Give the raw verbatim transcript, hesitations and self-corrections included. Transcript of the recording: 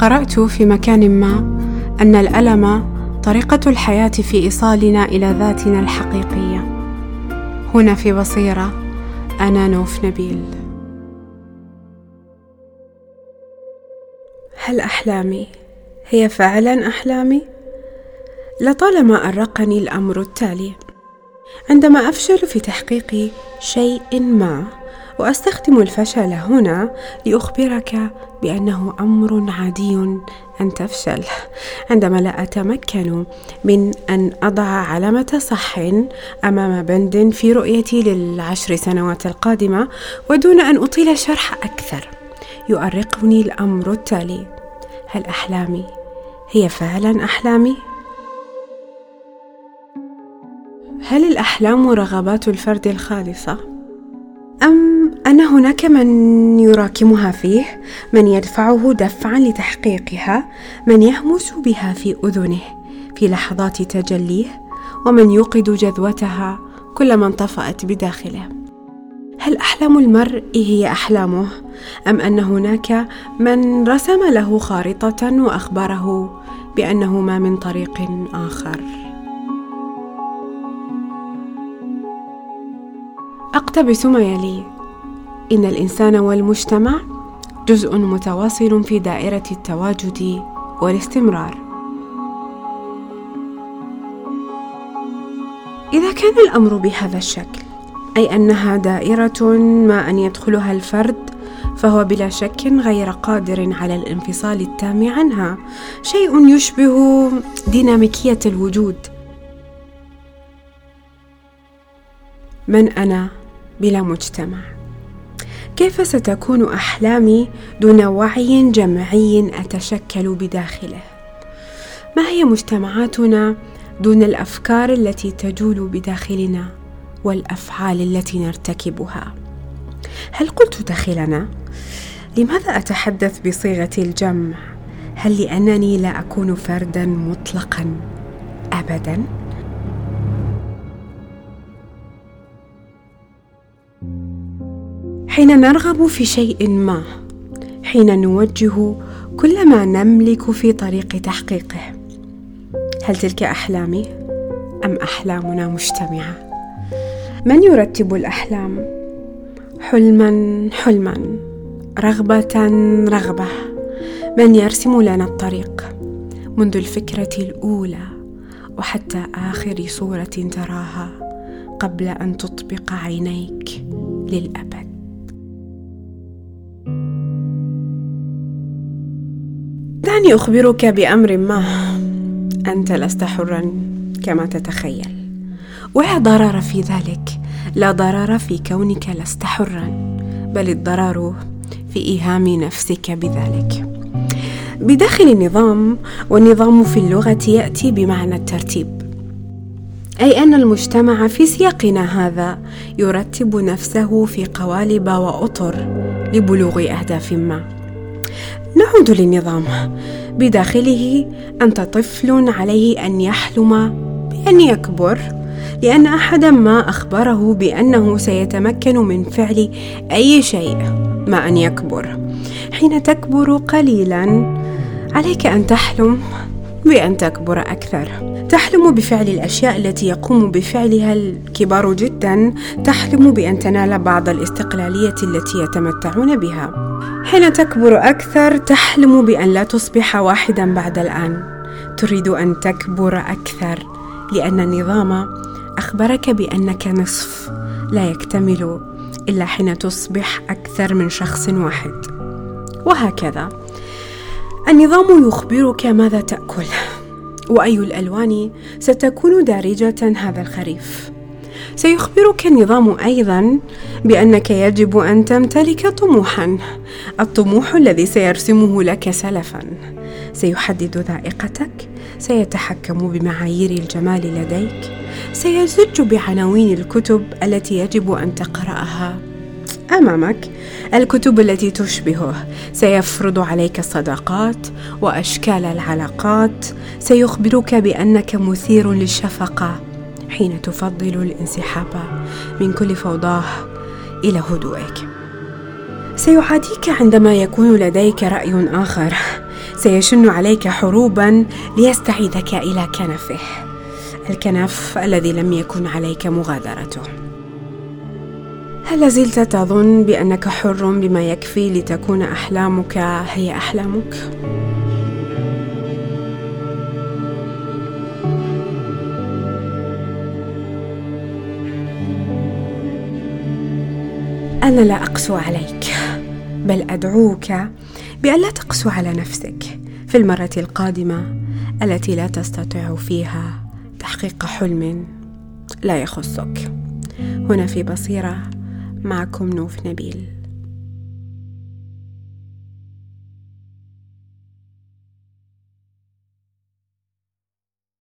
قرأت في مكان ما أن الألم طريقة الحياة في إيصالنا إلى ذاتنا الحقيقية. هنا في بصيرة، أنا نوف نبيل. هل أحلامي هي فعلا أحلامي؟ لطالما أرقني الأمر التالي: عندما أفشل في تحقيق شيء ما، وأستخدم الفشل هنا لأخبرك بأنه أمر عادي أن تفشل. عندما لا أتمكن من أن أضع علامة صح أمام بند في رؤيتي للعشر سنوات القادمة، ودون أن أطيل الشرح أكثر، يؤرقني الأمر التالي: هل أحلامي هي فعلا أحلامي؟ هل الأحلام رغبات الفرد الخالصة؟ أم أن هناك من يراكمها فيه، من يدفعه دفعا لتحقيقها، من يهمس بها في أذنه في لحظات تجليه، ومن يوقد جذوتها كلما انطفأت بداخله؟ هل أحلام المرء هي أحلامه، أم أن هناك من رسم له خارطة وأخبره بأنه ما من طريق آخر؟ أقتبس ما يلي: إن الإنسان والمجتمع جزء متواصل في دائرة التواجد والاستمرار. إذا كان الأمر بهذا الشكل، أي أنها دائرة ما أن يدخلها الفرد، فهو بلا شك غير قادر على الانفصال التام عنها، شيء يشبه ديناميكية الوجود. من أنا بلا مجتمع؟ كيف ستكون أحلامي دون وعي جمعي أتشكل بداخله؟ ما هي مجتمعاتنا دون الأفكار التي تجول بداخلنا والأفعال التي نرتكبها؟ هل قلت داخلنا؟ لماذا أتحدث بصيغة الجمع؟ هل لأنني لا أكون فردا مطلقا أبدا؟ حين نرغب في شيء ما، حين نوجه كل ما نملك في طريق تحقيقه، هل تلك أحلامي أم أحلامنا مجتمعة؟ من يرتب الأحلام؟ حلما حلما، رغبة رغبة. من يرسم لنا الطريق منذ الفكرة الأولى وحتى آخر صورة تراها قبل أن تطبق عينيك للأبد؟ دعني أخبرك بأمر ما: أنت لست حرا كما تتخيل، ولا ضرر في ذلك. لا ضرر في كونك لست حرا، بل الضرر في إيهام نفسك بذلك. بداخل النظام، والنظام في اللغة يأتي بمعنى الترتيب، أي أن المجتمع في سياقنا هذا يرتب نفسه في قوالب وأطر لبلوغ أهداف ما. نعود للنظام. بداخله أنت طفل عليه أن يحلم بأن يكبر، لأن أحدا ما أخبره بأنه سيتمكن من فعل أي شيء مع أن يكبر. حين تكبر قليلا، عليك أن تحلم بأن تكبر أكثر. تحلم بفعل الأشياء التي يقوم بفعلها الكبار جدا. تحلم بأن تنال بعض الاستقلالية التي يتمتعون بها. حين تكبر أكثر، تحلم بأن لا تصبح واحدا بعد الآن. تريد أن تكبر أكثر، لأن النظام أخبرك بأنك نصف لا يكتمل إلا حين تصبح أكثر من شخص واحد. وهكذا النظام يخبرك ماذا تأكل، وأي الألوان ستكون دارجة هذا الخريف. سيخبرك النظام أيضا بأنك يجب أن تمتلك طموحا، الطموح الذي سيرسمه لك سلفا، سيحدد ذائقتك، سيتحكم بمعايير الجمال لديك، سيزج بعناوين الكتب التي يجب أن تقرأها أمامك، الكتب التي تشبهه، سيفرض عليك الصداقات وأشكال العلاقات، سيخبرك بأنك مثير للشفقة حين تفضل الانسحاب من كل فوضاه إلى هدوئك. سيعاديك عندما يكون لديك رأي آخر، سيشن عليك حروبا ليستعيدك إلى كنفه، الكنف الذي لم يكن عليك مغادرته. هل لازلت تظن بأنك حر بما يكفي لتكون أحلامك هي أحلامك؟ أنا لا أقسو عليك، بل أدعوك بألا تقسو على نفسك في المرة القادمة التي لا تستطيع فيها تحقيق حلم لا يخصك. هنا في بصيرة، معكم نوف نبيل.